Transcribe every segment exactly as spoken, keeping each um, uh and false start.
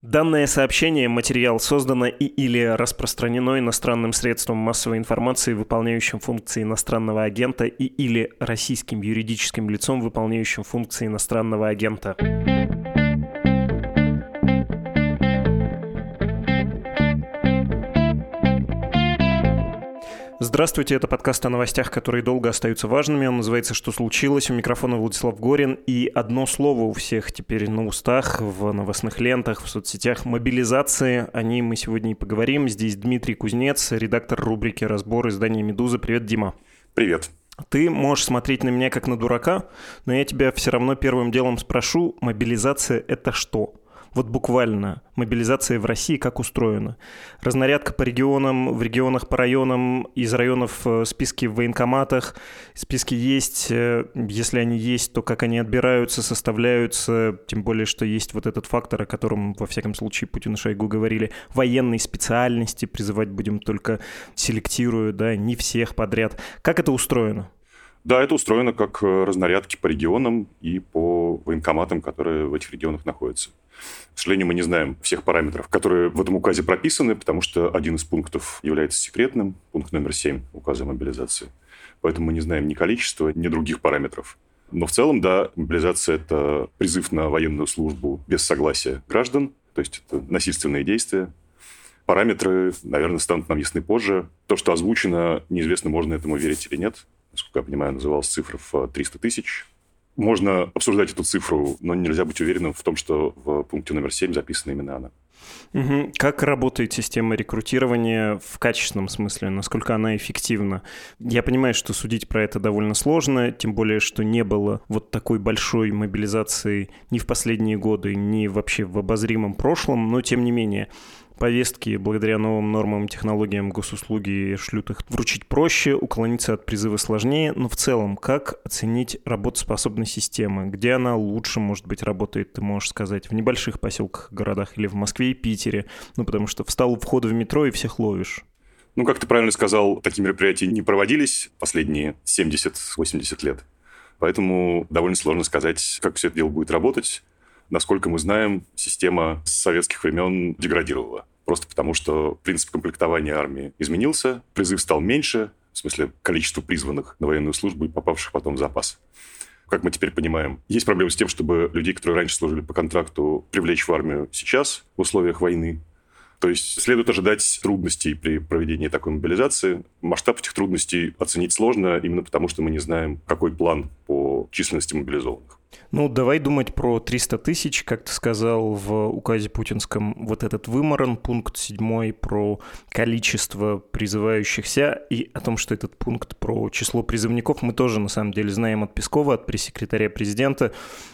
Данное сообщение, материал создано и или распространено иностранным средством массовой информации, выполняющим функции иностранного агента, и или российским юридическим лицом, выполняющим функции иностранного агента. Здравствуйте, это подкаст о новостях, которые долго остаются важными. Он называется «Что случилось?». У микрофона Владислав Горин. И одно слово у всех теперь на устах, в новостных лентах, в соцсетях — мобилизации. О ней мы сегодня и поговорим. Здесь Дмитрий Кузнец, редактор рубрики «Разбор» издания «Медуза». Привет, Дима. Привет. Ты можешь смотреть на меня как на дурака, но я тебя все равно первым делом спрошу: мобилизация — это что? Вот буквально, мобилизация в России как устроена? Разнарядка по регионам, в регионах по районам, из районов списки в военкоматах, списки есть, если они есть, то как они отбираются, составляются, тем более, что есть вот этот фактор, о котором, во всяком случае, Путин и Шойгу говорили, военные специальности, призывать будем только селектируя, да, не всех подряд. Как это устроено? Да, это устроено как разнарядки по регионам и по военкоматам, которые в этих регионах находятся. К сожалению, мы не знаем всех параметров, которые в этом указе прописаны, потому что один из пунктов является секретным, пункт номер семь указа о мобилизации. Поэтому мы не знаем ни количества, ни других параметров. Но в целом, да, мобилизация – это призыв на военную службу без согласия граждан, то есть это насильственные действия. Параметры, наверное, станут нам ясны позже. То, что озвучено, неизвестно, можно этому верить или нет. Насколько я понимаю, называлась цифра в триста тысяч. Можно обсуждать эту цифру, но нельзя быть уверенным в том, что в пункте номер семь записана именно она. Угу. Как работает система рекрутирования в качественном смысле? Насколько она эффективна? Я понимаю, что судить про это довольно сложно, тем более, что не было вот такой большой мобилизации ни в последние годы, ни вообще в обозримом прошлом, но тем не менее. Повестки, благодаря новым нормам и технологиям госуслуги, шлют их вручить проще, уклониться от призыва сложнее. Но в целом, как оценить работоспособность системы? Где она лучше, может быть, работает, ты можешь сказать? В небольших поселках, городах или в Москве и Питере? Ну, потому что встал у входа в метро и всех ловишь. Ну, как ты правильно сказал, такие мероприятия не проводились последние семьдесят-восемьдесят лет. Поэтому довольно сложно сказать, как все это дело будет работать. Насколько мы знаем, система с советских времен деградировала. Просто потому, что принцип комплектования армии изменился, призыв стал меньше, в смысле количество призванных на военную службу и попавших потом в запас. Как мы теперь понимаем, есть проблемы с тем, чтобы людей, которые раньше служили по контракту, привлечь в армию сейчас в условиях войны. То есть следует ожидать трудностей при проведении такой мобилизации. Масштаб этих трудностей оценить сложно, именно потому, что мы не знаем, какой план по численности мобилизованных. Ну, давай думать про триста тысяч, как ты сказал в указе путинском, вот этот выморан, пункт седьмой про количество призывающихся, и о том, что этот пункт про число призывников мы тоже, на самом деле, знаем от Пескова, от пресс-секретаря президента,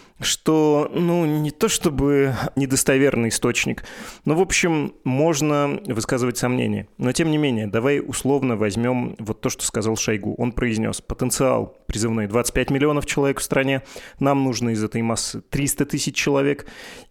что, ну, не то чтобы недостоверный источник, но, в общем, можно высказывать сомнения. Но, тем не менее, давай условно возьмем вот то, что сказал Шойгу. Он произнес: потенциал призывной двадцать пять миллионов человек в стране, нам нужно из этой массы триста тысяч человек.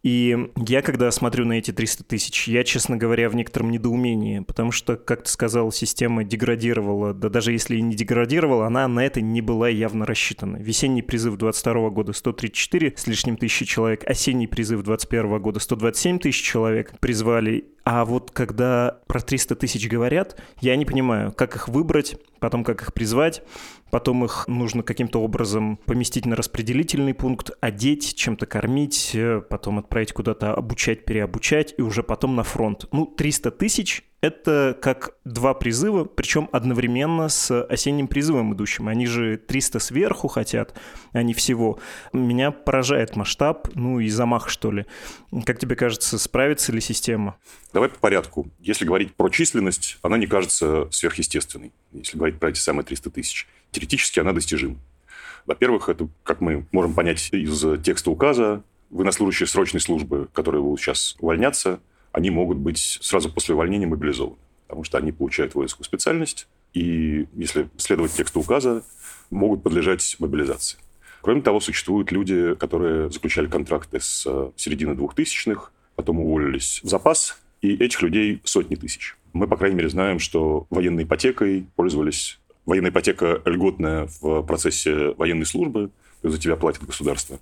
И я, когда смотрю на эти триста тысяч, я, честно говоря, в некотором недоумении, потому что, как ты сказал, система деградировала, да даже если и не деградировала, она на это не была явно рассчитана. Весенний призыв двадцать второго года сто тридцать четыре с лишним тысячи человек, осенний призыв двадцать первого года сто двадцать семь тысяч человек призвали. А вот когда про триста тысяч говорят, я не понимаю, как их выбрать, потом как их призвать, потом их нужно каким-то образом поместить на распределительный пункт, одеть, чем-то кормить, потом отправить куда-то обучать, переобучать, и уже потом на фронт. Ну, триста тысяч — это как два призыва, причем одновременно с осенним призывом идущим. Они же триста сверху хотят, а не всего. Меня поражает масштаб, ну и замах, что ли. Как тебе кажется, справится ли система? Давай по порядку. Если говорить про численность, она не кажется сверхъестественной. Если говорить про эти самые триста тысяч. Теоретически она достижима. Во-первых, это, как мы можем понять из текста указа, военнослужащие срочной службы, которые будут сейчас увольняться, они могут быть сразу после увольнения мобилизованы, потому что они получают воинскую специальность и, если следовать тексту указа, могут подлежать мобилизации. Кроме того, существуют люди, которые заключали контракты с середины двухтысячных, потом уволились в запас, и этих людей сотни тысяч. Мы, по крайней мере, знаем, что военной ипотекой пользовались. Военная ипотека льготная в процессе военной службы, то есть за тебя платит государство.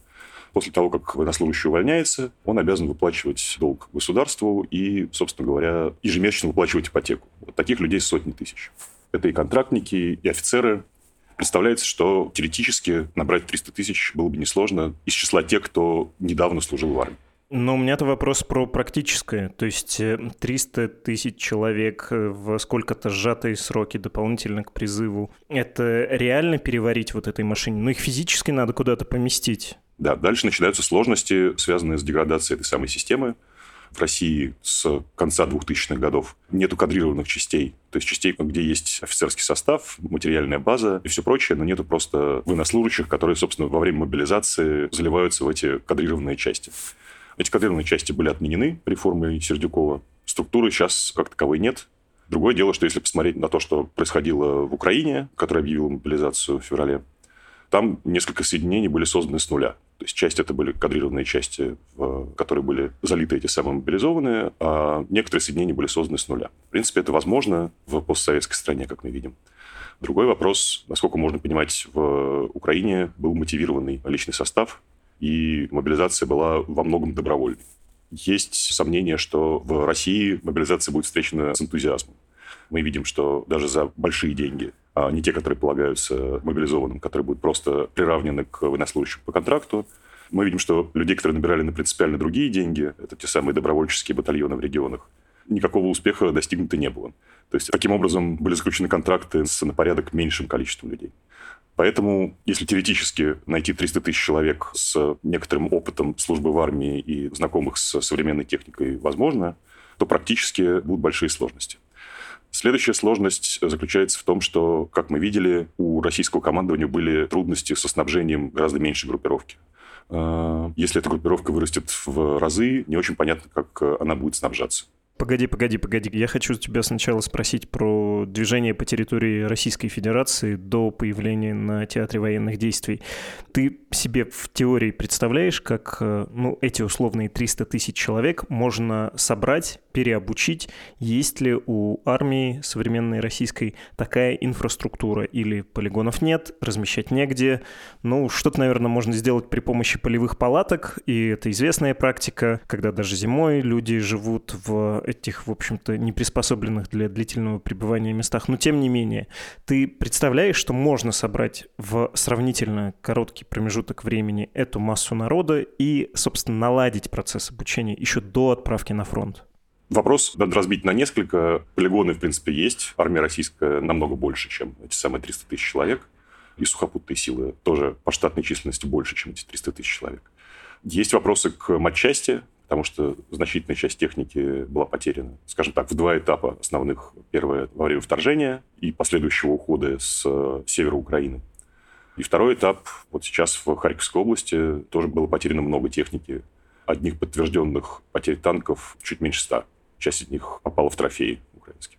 После того, как военнослужащий увольняется, он обязан выплачивать долг государству и, собственно говоря, ежемесячно выплачивать ипотеку. Вот таких людей сотни тысяч. Это и контрактники, и офицеры. Представляется, что теоретически набрать триста тысяч было бы несложно из числа тех, кто недавно служил в армии. Но у меня-то вопрос про практическое. То есть триста тысяч человек в сколько-то сжатые сроки дополнительно к призыву. Это реально переварить вот этой машине? Ну, их физически надо куда-то поместить. Да, дальше начинаются сложности, связанные с деградацией этой самой системы. В России с конца двухтысячных годов нету кадрированных частей. То есть частей, где есть офицерский состав, материальная база и все прочее, но нету просто военнослужащих, которые, собственно, во время мобилизации заливаются в эти кадрированные части. Эти кадрированные части были отменены реформой Сердюкова. Структуры сейчас как таковой нет. Другое дело, что если посмотреть на то, что происходило в Украине, которая объявила мобилизацию в феврале, там несколько соединений были созданы с нуля. То есть часть это были кадрированные части, в которые были залиты эти самые мобилизованные, а некоторые соединения были созданы с нуля. В принципе, это возможно в постсоветской стране, как мы видим. Другой вопрос, насколько можно понимать, в Украине был мотивированный личный состав, и мобилизация была во многом добровольной. Есть сомнение, что в России мобилизация будет встречена с энтузиазмом. Мы видим, что даже за большие деньги, а не те, которые полагаются мобилизованным, которые будут просто приравнены к военнослужащим по контракту, мы видим, что людей, которые набирали на принципиально другие деньги, это те самые добровольческие батальоны в регионах, никакого успеха достигнуто не было. То есть, таким образом, были заключены контракты с на порядок меньшим количеством людей. Поэтому, если теоретически найти триста тысяч человек с некоторым опытом службы в армии и знакомых с современной техникой возможно, то практически будут большие сложности. Следующая сложность заключается в том, что, как мы видели, у российского командования были трудности со снабжением гораздо меньшей группировки. Если эта группировка вырастет в разы, не очень понятно, как она будет снабжаться. Погоди, погоди, погоди. Я хочу тебя сначала спросить про движение по территории Российской Федерации до появления на театре военных действий. Ты себе в теории представляешь, как ну, эти условные триста тысяч человек можно собрать, переобучить? Есть ли у армии современной российской такая инфраструктура? Или полигонов нет, размещать негде? Ну, что-то, наверное, можно сделать при помощи полевых палаток, и это известная практика, когда даже зимой люди живут в этих, в общем-то, не приспособленных для длительного пребывания местах. Но, тем не менее, ты представляешь, что можно собрать в сравнительно короткий промежуток времени эту массу народа и, собственно, наладить процесс обучения еще до отправки на фронт? Вопрос надо разбить на несколько. Полигоны, в принципе, есть. Армия российская намного больше, чем эти самые триста тысяч человек. И сухопутные силы тоже по штатной численности больше, чем эти триста тысяч человек. Есть вопросы к матчасти, потому что значительная часть техники была потеряна, скажем так, в два этапа основных. Первое – во время вторжения и последующего ухода с севера Украины. И второй этап, вот сейчас в Харьковской области тоже было потеряно много техники. Одних подтвержденных потерь танков чуть меньше ста. Часть из них попала в трофеи украинские.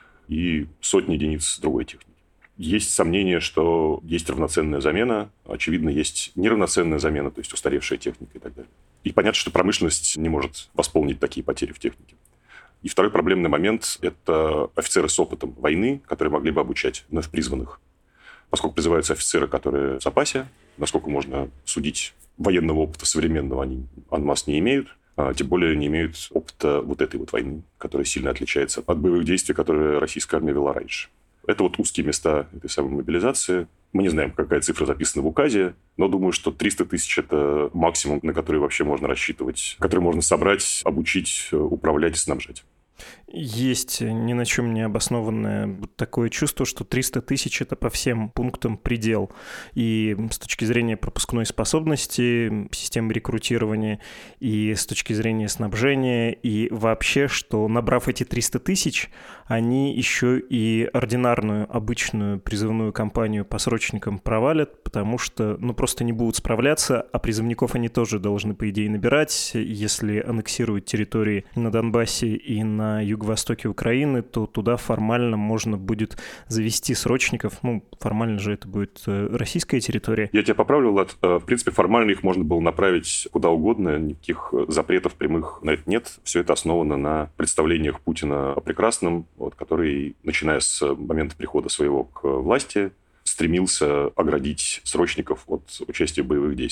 И сотни единиц другой техники. Есть сомнение, что есть равноценная замена. Очевидно, есть неравноценная замена, то есть устаревшая техника и так далее. И понятно, что промышленность не может восполнить такие потери в технике. И второй проблемный момент – это офицеры с опытом войны, которые могли бы обучать вновь призванных. Поскольку призываются офицеры, которые в запасе, насколько можно судить, военного опыта современного они анмас не имеют, а тем более не имеют опыта вот этой вот войны, которая сильно отличается от боевых действий, которые российская армия вела раньше. Это вот узкие места этой самой мобилизации. Мы не знаем, какая цифра записана в указе, но думаю, что триста тысяч – это максимум, на который вообще можно рассчитывать, который можно собрать, обучить, управлять и снабжать. Есть ни на чем не обоснованное такое чувство, что триста тысяч – это по всем пунктам предел. И с точки зрения пропускной способности, системы рекрутирования, и с точки зрения снабжения, и вообще, что набрав эти триста тысяч, они еще и ординарную, обычную призывную кампанию по срочникам провалят, потому что ну, просто не будут справляться, а призывников они тоже должны, по идее, набирать. Если аннексируют территории на Донбассе и на юго-востоке Украины, то туда формально можно будет завести срочников. Ну, формально же это будет российская территория. Я тебя поправлю, Влад. В принципе, формально их можно было направить куда угодно. Никаких запретов прямых на это нет. Все это основано на представлениях Путина о прекрасном, вот, который, начиная с момента прихода своего к власти, стремился оградить срочников от участия в боевых действиях.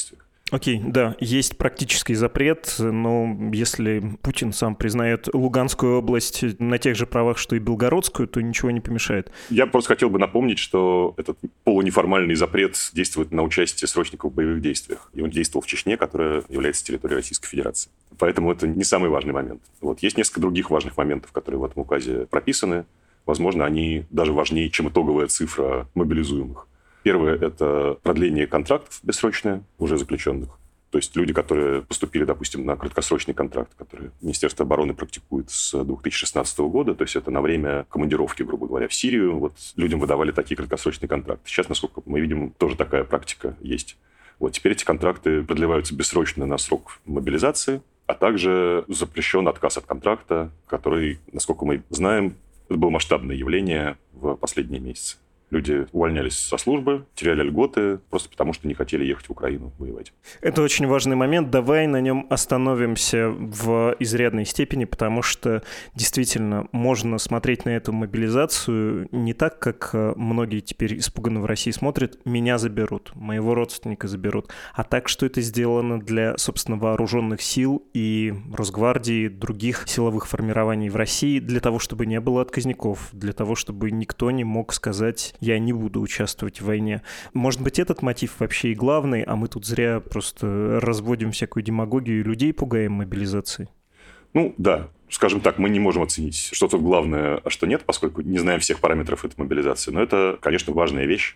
Окей, да, есть практический запрет, но если Путин сам признает Луганскую область на тех же правах, что и Белгородскую, то ничего не помешает. Я просто хотел бы напомнить, что этот полунеформальный запрет действует на участие срочников в боевых действиях. И он действовал в Чечне, которая является территорией Российской Федерации. Поэтому это не самый важный момент. Вот. Есть несколько других важных моментов, которые в этом указе прописаны. Возможно, они даже важнее, чем итоговая цифра мобилизуемых. Первое – это продление контрактов бессрочное, уже заключенных. То есть люди, которые поступили, допустим, на краткосрочный контракт, который Министерство обороны практикует с две тысячи шестнадцатого года, то есть это на время командировки, грубо говоря, в Сирию, вот людям выдавали такие краткосрочные контракты. Сейчас, насколько мы видим, тоже такая практика есть. Вот теперь эти контракты продлеваются бессрочно на срок мобилизации, а также запрещен отказ от контракта, который, насколько мы знаем, это было масштабное явление в последние месяцы. Люди увольнялись со службы, теряли льготы, просто потому что не хотели ехать в Украину воевать. Это очень важный момент. Давай на нем остановимся в изрядной степени, потому что действительно можно смотреть на эту мобилизацию не так, как многие теперь испуганно в России смотрят: меня заберут, моего родственника заберут, а так, что это сделано для, собственно, вооруженных сил и Росгвардии, других силовых формирований в России, для того, чтобы не было отказников, для того, чтобы никто не мог сказать: я не буду участвовать в войне. Может быть, этот мотив вообще и главный, а мы тут зря просто разводим всякую демагогию и людей пугаем мобилизацией? Ну, да. Скажем так, мы не можем оценить, что тут главное, а что нет, поскольку не знаем всех параметров этой мобилизации. Но это, конечно, важная вещь,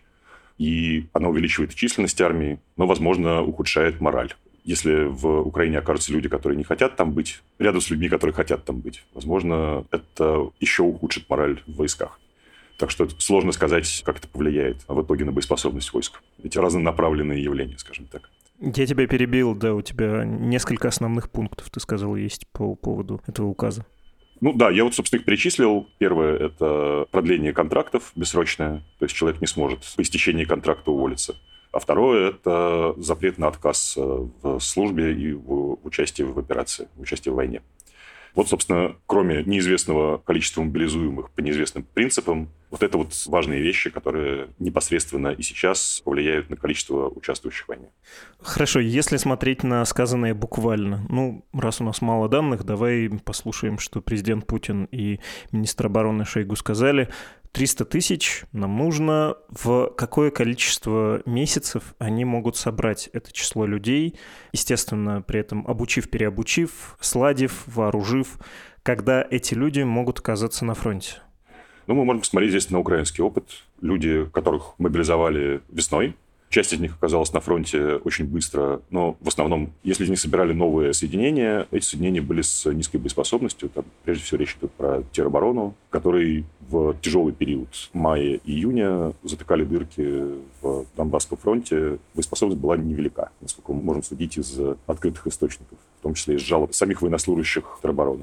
и она увеличивает численность армии, но, возможно, ухудшает мораль. Если в Украине окажутся люди, которые не хотят там быть, рядом с людьми, которые хотят там быть, возможно, это еще ухудшит мораль в войсках. Так что сложно сказать, как это повлияет в итоге на боеспособность войск. Эти разнонаправленные явления, скажем так. Я тебя перебил, да, у тебя несколько основных пунктов, ты сказал, есть по поводу этого указа. Ну да, я вот, собственно, их перечислил. Первое – это продление контрактов бессрочное, то есть человек не сможет по истечении контракта уволиться. А второе – это запрет на отказ в службе и в участии в операции, в участии в войне. Вот, собственно, кроме неизвестного количества мобилизуемых по неизвестным принципам, вот это вот важные вещи, которые непосредственно и сейчас повлияют на количество участвующих в войне. Хорошо, если смотреть на сказанное буквально, ну, раз у нас мало данных, давай послушаем, что президент Путин и министр обороны Шойгу сказали. триста тысяч нам нужно. В какое количество месяцев они могут собрать это число людей, естественно, при этом обучив, переобучив, сладив, вооружив, когда эти люди могут оказаться на фронте? Ну, мы можем посмотреть здесь на украинский опыт. Люди, которых мобилизовали весной, часть из них оказалась на фронте очень быстро, но в основном, если они собирали новые соединения, эти соединения были с низкой боеспособностью. Там, прежде всего, речь идет про тероборону, который в тяжелый период мая-июня затыкали дырки в Донбасском фронте. Боеспособность была невелика, насколько мы можем судить из открытых источников, в том числе из жалоб самих военнослужащих теробороны.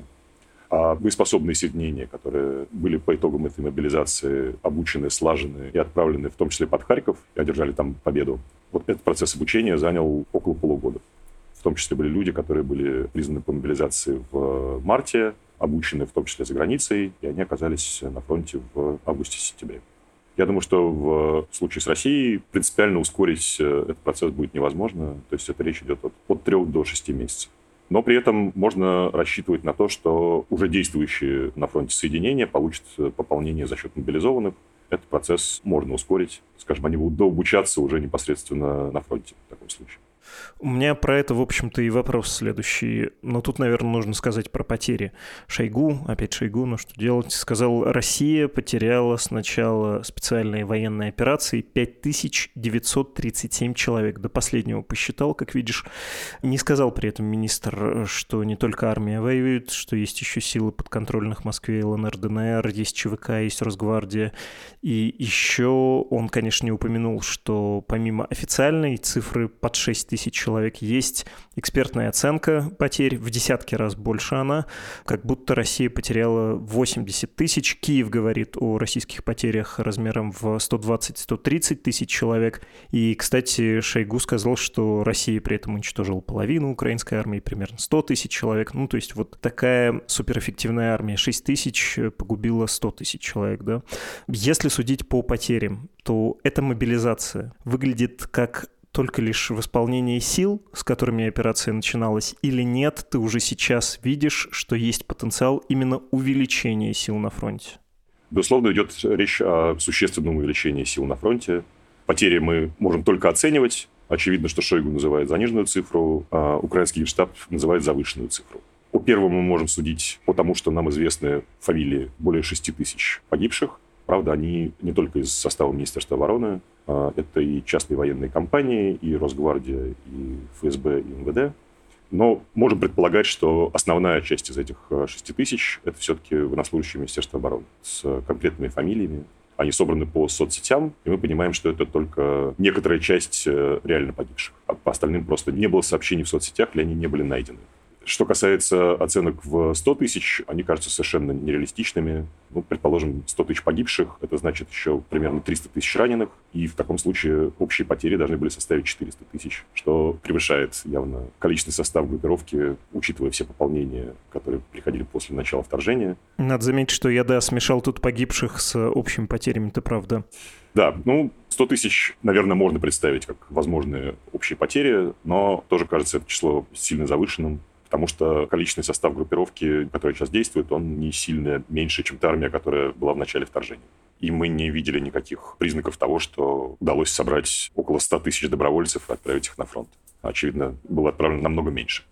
А боеспособные соединения, которые были по итогам этой мобилизации обучены, слажены и отправлены в том числе под Харьков и одержали там победу, вот этот процесс обучения занял около полугода. В том числе были люди, которые были признаны по мобилизации в марте, обучены в том числе за границей, и они оказались на фронте в августе-сентябре. Я думаю, что в случае с Россией принципиально ускорить этот процесс будет невозможно. То есть это речь идет от, от трех до шести месяцев. Но при этом можно рассчитывать на то, что уже действующие на фронте соединения получат пополнение за счет мобилизованных. Этот процесс можно ускорить. Скажем, они будут дообучаться уже непосредственно на фронте в таком случае. У меня про это, в общем-то, и вопрос следующий. Но тут, наверное, нужно сказать про потери. Шойгу, опять Шойгу, ну что делать, сказал: Россия потеряла с начала специальной военной операции пять тысяч девятьсот тридцать семь человек. До последнего посчитал, как видишь. Не сказал при этом министр, что не только армия воюет, что есть еще силы подконтрольных Москве, ЛНР, ДНР, есть ЧВК, есть Росгвардия. И еще он, конечно, не упомянул, что помимо официальной цифры под шесть тысяч человек есть экспертная оценка потерь, в десятки раз больше она, как будто Россия потеряла восемьдесят тысяч. Киев говорит о российских потерях размером в сто двадцать - сто тридцать тысяч человек. И, кстати, Шойгу сказал, что Россия при этом уничтожила половину украинской армии, примерно сто тысяч человек. Ну, то есть вот такая суперэффективная армия. шесть тысяч погубила сто тысяч человек, да. Если судить по потерям, то эта мобилизация выглядит как только лишь в исполнении сил, с которыми операция начиналась, или нет, ты уже сейчас видишь, что есть потенциал именно увеличения сил на фронте? Безусловно, идет речь о существенном увеличении сил на фронте. Потери мы можем только оценивать. Очевидно, что Шойгу называет заниженную цифру, а украинский генштаб называет завышенную цифру. По первому мы можем судить по тому, что нам известны фамилии более шести тысяч погибших. Правда, они не только из состава Министерства обороны. Это и частные военные компании, и Росгвардия, и эф эс бэ, и эм вэ дэ. Но можем предполагать, что основная часть из этих шести тысяч – это все-таки военнослужащие Министерства обороны с конкретными фамилиями. Они собраны по соцсетям, и мы понимаем, что это только некоторая часть реально погибших. А по остальным просто не было сообщений в соцсетях, или они не были найдены. Что касается оценок в сто тысяч, они кажутся совершенно нереалистичными. Ну, предположим, сто тысяч погибших, это значит еще примерно триста тысяч раненых, и в таком случае общие потери должны были составить четыреста тысяч, что превышает явно количественный состав группировки, учитывая все пополнения, которые приходили после начала вторжения. Надо заметить, что я, да, смешал тут погибших с общими потерями, это правда. Да, ну, сто тысяч, наверное, можно представить как возможные общие потери, но тоже кажется это число сильно завышенным. Потому что количественный состав группировки, который сейчас действует, он не сильно меньше, чем та армия, которая была в начале вторжения. И мы не видели никаких признаков того, что удалось собрать около ста тысяч добровольцев и отправить их на фронт. Очевидно, было отправлено намного меньше.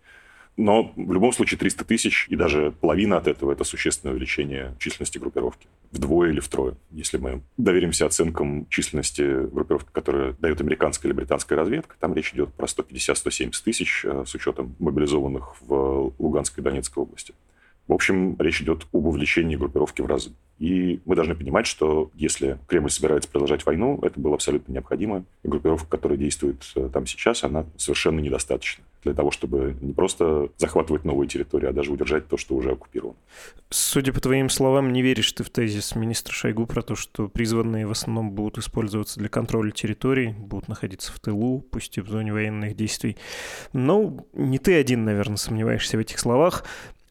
Но в любом случае триста тысяч, и даже половина от этого – это существенное увеличение численности группировки. Вдвое или втрое. Если мы доверимся оценкам численности группировки, которую дает американская или британская разведка, там речь идет про сто пятьдесят - сто семьдесят тысяч с учетом мобилизованных в Луганской и Донецкой области. В общем, речь идет об увеличении группировки в разы. И мы должны понимать, что если Кремль собирается продолжать войну, это было абсолютно необходимо. И группировка, которая действует там сейчас, она совершенно недостаточна для того, чтобы не просто захватывать новые территории, а даже удержать то, что уже оккупировано. Судя по твоим словам, не веришь ты в тезис министра Шойгу про то, что призванные в основном будут использоваться для контроля территорий, будут находиться в тылу, пусть и в зоне военных действий. Но не ты один, наверное, сомневаешься в этих словах.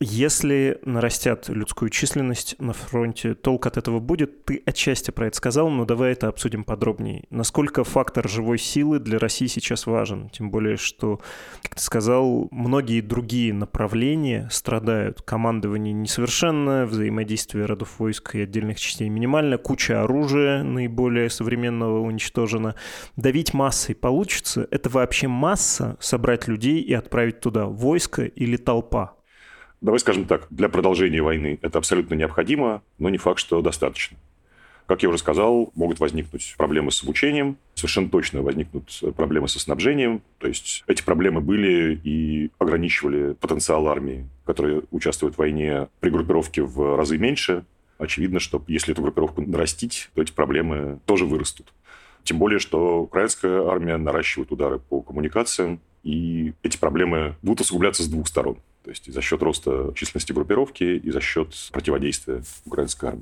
Если нарастят людскую численность на фронте, толк от этого будет? Ты отчасти про это сказал, но давай это обсудим подробнее. Насколько фактор живой силы для России сейчас важен? Тем более, что, как ты сказал, многие другие направления страдают. Командование несовершенно, взаимодействие родов войск и отдельных частей минимально, куча оружия наиболее современного уничтожена. Давить массой получится? Это вообще масса собрать людей и отправить туда? Войско или толпа? Давай скажем так, для продолжения войны это абсолютно необходимо, но не факт, что достаточно. Как я уже сказал, могут возникнуть проблемы с обучением, совершенно точно возникнут проблемы со снабжением. То есть эти проблемы были и ограничивали потенциал армии, которая участвует в войне при группировке в разы меньше. Очевидно, что если эту группировку нарастить, то эти проблемы тоже вырастут. Тем более, что украинская армия наращивает удары по коммуникациям, и эти проблемы будут усугубляться с двух сторон. То есть и за счет роста численности группировки, и за счет противодействия украинской армии.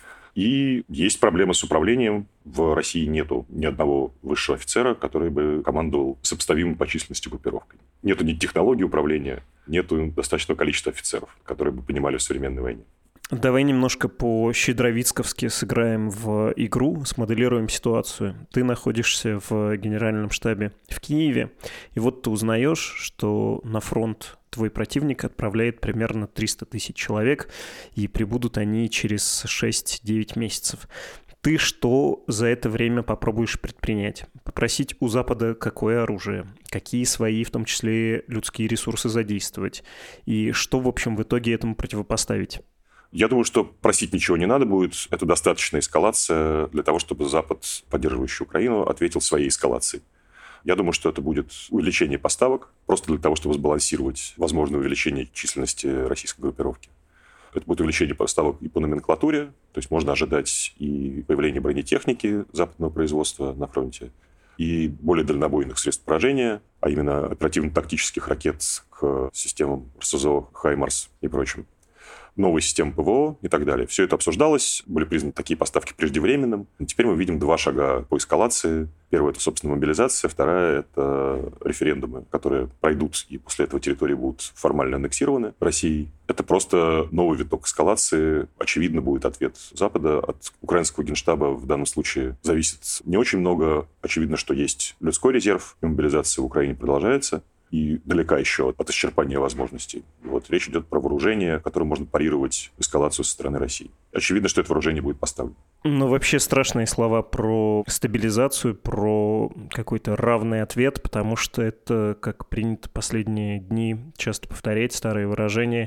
И есть проблемы с управлением. В России нету ни одного высшего офицера, который бы командовал сопоставимой по численности группировкой. Нету ни технологии управления, нету достаточного количества офицеров, которые бы понимали в современной войне. Давай немножко по-щедровицковски сыграем в игру, смоделируем ситуацию. Ты находишься в генеральном штабе в Киеве, и вот ты узнаешь, что на фронт твой противник отправляет примерно триста тысяч человек, и прибудут они через шесть-девять месяцев. Ты что за это время попробуешь предпринять? Попросить у Запада какое оружие? Какие свои, в том числе людские ресурсы, задействовать? И что, в общем, в итоге этому противопоставить? Я думаю, что просить ничего не надо будет. Это достаточная эскалация для того, чтобы Запад, поддерживающий Украину, ответил своей эскалацией. Я думаю, что это будет увеличение поставок, просто для того, чтобы сбалансировать возможное увеличение численности российской группировки. Это будет увеличение поставок и по номенклатуре, то есть можно ожидать и появление бронетехники западного производства на фронте, и более дальнобойных средств поражения, а именно оперативно-тактических ракет к системам эр эс зо, «Хаймарс» и прочим. новой системы ПВО и так далее. Все это обсуждалось, были признаны такие поставки преждевременным. Теперь мы видим два шага по эскалации. Первая — это, собственно, мобилизация, вторая — это референдумы, которые пройдут, и после этого территории будут формально аннексированы Россией. Это просто новый виток эскалации. Очевидно, будет ответ Запада. От украинского генштаба в данном случае зависит не очень много. Очевидно, что есть людской резерв, и мобилизация в Украине продолжается. И далека еще от исчерпания возможностей. Вот речь идет про вооружение, которым можно парировать эскалацию со стороны России. Очевидно, что это вооружение будет поставлено. Ну, вообще страшные слова про стабилизацию, про какой-то равный ответ, потому что это, как принято последние дни часто повторять, старые выражения,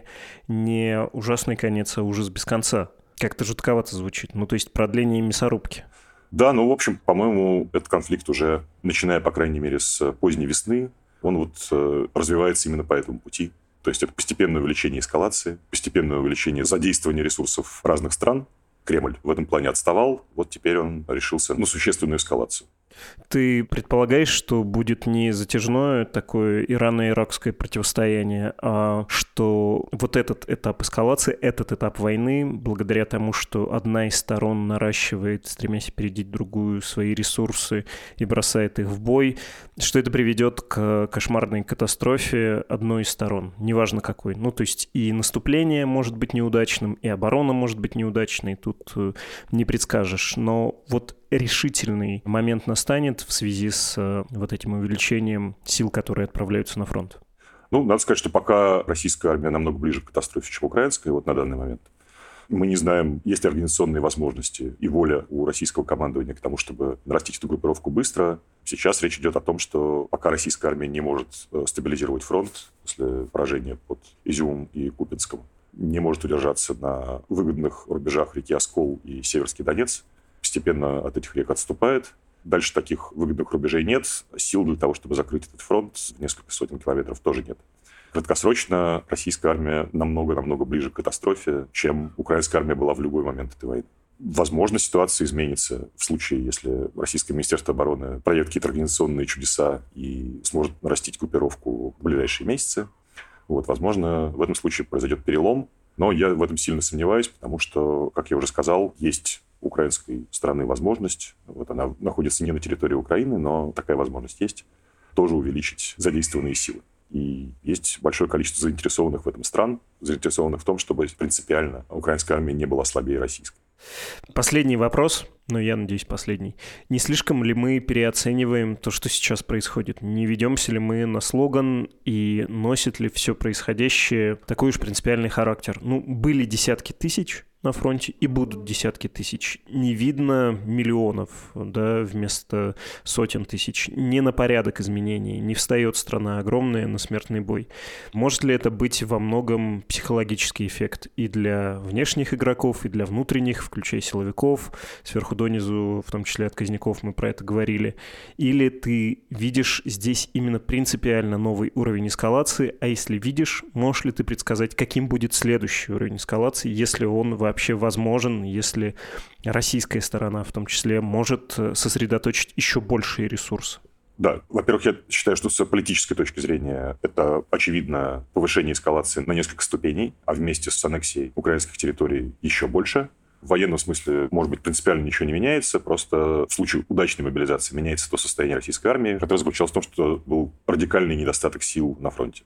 не ужасный конец, а ужас без конца. Как-то жутковато звучит. Ну, то есть продление мясорубки. Да, ну, в общем, по-моему, этот конфликт уже, начиная, по крайней мере, с поздней весны, он вот э, развивается именно по этому пути. То есть это постепенное увеличение эскалации, постепенное увеличение задействования ресурсов разных стран. Кремль в этом плане отставал, вот теперь он решился на существенную эскалацию. Ты предполагаешь, что будет не затяжное такое ирано-иракское противостояние, а что вот этот этап эскалации, этот этап войны, благодаря тому, что одна из сторон наращивает, стремясь опередить другую, свои ресурсы и бросает их в бой, что это приведет к кошмарной катастрофе одной из сторон, неважно какой. Ну, то есть и наступление может быть неудачным, и оборона может быть неудачной, тут не предскажешь. Но вот решительный момент настанет в связи с э, вот этим увеличением сил, которые отправляются на фронт? Ну, надо сказать, что пока российская армия намного ближе к катастрофе, чем украинская, вот на данный момент. Мы не знаем, есть ли организационные возможности и воля у российского командования к тому, чтобы нарастить эту группировку быстро. Сейчас речь идет о том, что пока российская армия не может стабилизировать фронт после поражения под Изюмом и Купянском, не может удержаться на выгодных рубежах реки Оскол и Северский Донец, постепенно от этих рек отступает. Дальше таких выгодных рубежей нет. Сил для того, чтобы закрыть этот фронт в несколько сотен километров, тоже нет. Краткосрочно российская армия намного-намного ближе к катастрофе, чем украинская армия была в любой момент этой войны. Возможно, ситуация изменится в случае, если российское министерство обороны проявит какие-то организационные чудеса и сможет нарастить группировку в ближайшие месяцы. Вот, возможно, в этом случае произойдет перелом. Но я в этом сильно сомневаюсь, потому что, как я уже сказал, есть у украинской стороны возможность, вот она находится не на территории Украины, но такая возможность есть, тоже увеличить задействованные силы. И есть большое количество заинтересованных в этом стран, заинтересованных в том, чтобы принципиально украинская армия не была слабее российской. Последний вопрос, но я надеюсь последний. Не слишком ли мы переоцениваем то, что сейчас происходит? Не ведемся ли мы на слоган и носит ли все происходящее такой уж принципиальный характер? Ну, были десятки тысяч на фронте и будут десятки тысяч. Не видно миллионов, да, вместо сотен тысяч. Не на порядок изменений. Не встает страна огромная на смертный бой. Может ли это быть во многом психологический эффект и для внешних игроков, и для внутренних, включая силовиков, сверху донизу, в том числе отказников, мы про это говорили. Или ты видишь здесь именно принципиально новый уровень эскалации, а если видишь, можешь ли ты предсказать, каким будет следующий уровень эскалации, если он вообще вообще возможен, если российская сторона в том числе может сосредоточить еще большие ресурсы? Да, во-первых, я считаю, что с политической точки зрения это, очевидно, повышение эскалации на несколько ступеней, а вместе с аннексией украинских территорий еще больше. В военном смысле, может быть, принципиально ничего не меняется, просто в случае удачной мобилизации меняется то состояние российской армии, которое заключалось в том, что был радикальный недостаток сил на фронте.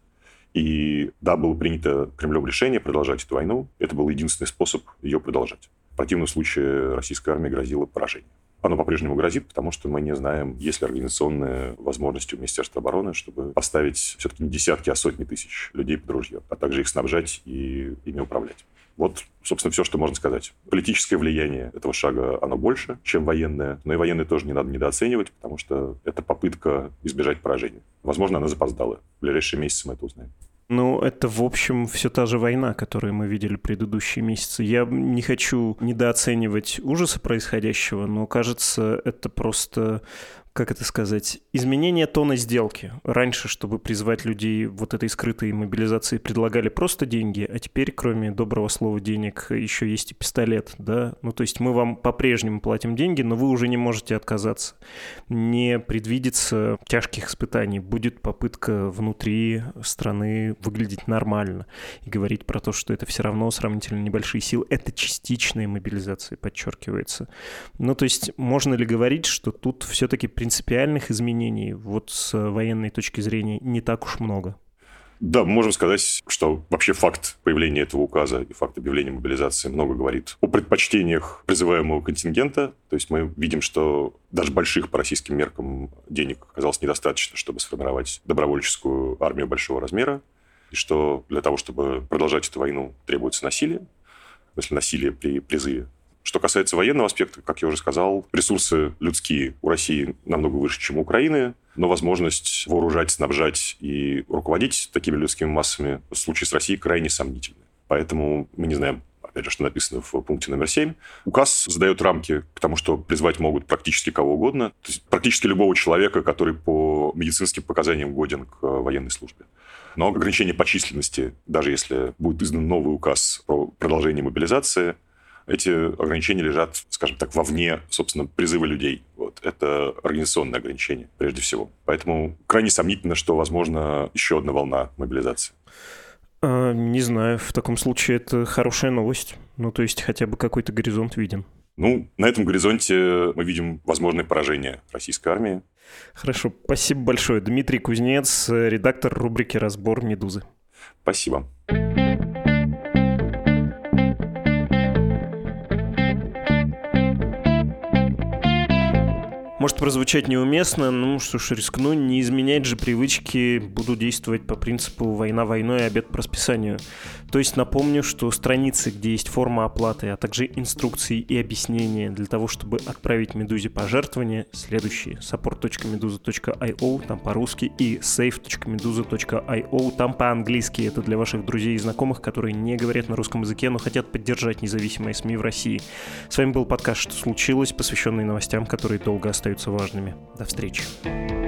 И да, было принято Кремлем решение продолжать эту войну. Это был единственный способ ее продолжать. В противном случае российская армия грозила поражение. Оно по-прежнему грозит, потому что мы не знаем, есть ли организационные возможности у Министерства обороны, чтобы поставить все-таки не десятки, а сотни тысяч людей под ружье, а также их снабжать и ими управлять. Вот, собственно, все, что можно сказать. Политическое влияние этого шага, оно больше, чем военное. Но и военное тоже не надо недооценивать, потому что это попытка избежать поражения. Возможно, она запоздала. В ближайшие месяцы мы это узнаем. Ну, это, в общем, все та же война, которую мы видели предыдущие месяцы. Я не хочу недооценивать ужасы происходящего, но, кажется, это просто как это сказать, изменение тона сделки. Раньше, чтобы призвать людей вот этой скрытой мобилизации, предлагали просто деньги, а теперь, кроме доброго слова денег, еще есть и пистолет, да? Ну, то есть мы вам по-прежнему платим деньги, но вы уже не можете отказаться. Не предвидится тяжких испытаний. Будет попытка внутри страны выглядеть нормально и говорить про то, что это все равно сравнительно небольшие силы. Это частичная мобилизация, подчеркивается. Ну, то есть можно ли говорить, что тут все-таки принципиальных изменений вот с военной точки зрения не так уж много? Да, мы можем сказать, что вообще факт появления этого указа и факт объявления мобилизации много говорит о предпочтениях призываемого контингента. То есть мы видим, что даже больших по российским меркам денег оказалось недостаточно, чтобы сформировать добровольческую армию большого размера, и что для того, чтобы продолжать эту войну, требуется насилие, в смысле насилие при призыве. Что касается военного аспекта, как я уже сказал, ресурсы людские у России намного выше, чем у Украины, но возможность вооружать, снабжать и руководить такими людскими массами в случае с Россией крайне сомнительны. Поэтому мы не знаем, опять же, что написано в пункте номер семь. Указ задает рамки к тому, что призвать могут практически кого угодно, то есть практически любого человека, который по медицинским показаниям годен к военной службе. Но ограничение по численности, даже если будет издан новый указ про продолжение мобилизации, эти ограничения лежат, скажем так, вовне, собственно, призыва людей. Вот. Это организационное ограничение, прежде всего. Поэтому крайне сомнительно, что, возможно, еще одна волна мобилизации. А, не знаю, в таком случае это хорошая новость. Ну, то есть хотя бы какой-то горизонт виден. Ну, на этом горизонте мы видим возможное поражение российской армии. Хорошо, спасибо большое. Дмитрий Кузнец, редактор рубрики «Разбор Медузы». Спасибо. Может прозвучать неуместно, ну что ж, рискну, не изменять же привычки, буду действовать по принципу «война войной, обед по расписанию». То есть напомню, что страницы, где есть форма оплаты, а также инструкции и объяснения для того, чтобы отправить Медузе пожертвования, следующие: support точка meduza точка io, там по-русски, и save точка meduza точка io, там по-английски. Это для ваших друзей и знакомых, которые не говорят на русском языке, но хотят поддержать независимые СМИ в России. С вами был подкаст «Что случилось?», посвященный новостям, которые долго остаются важными. До встречи.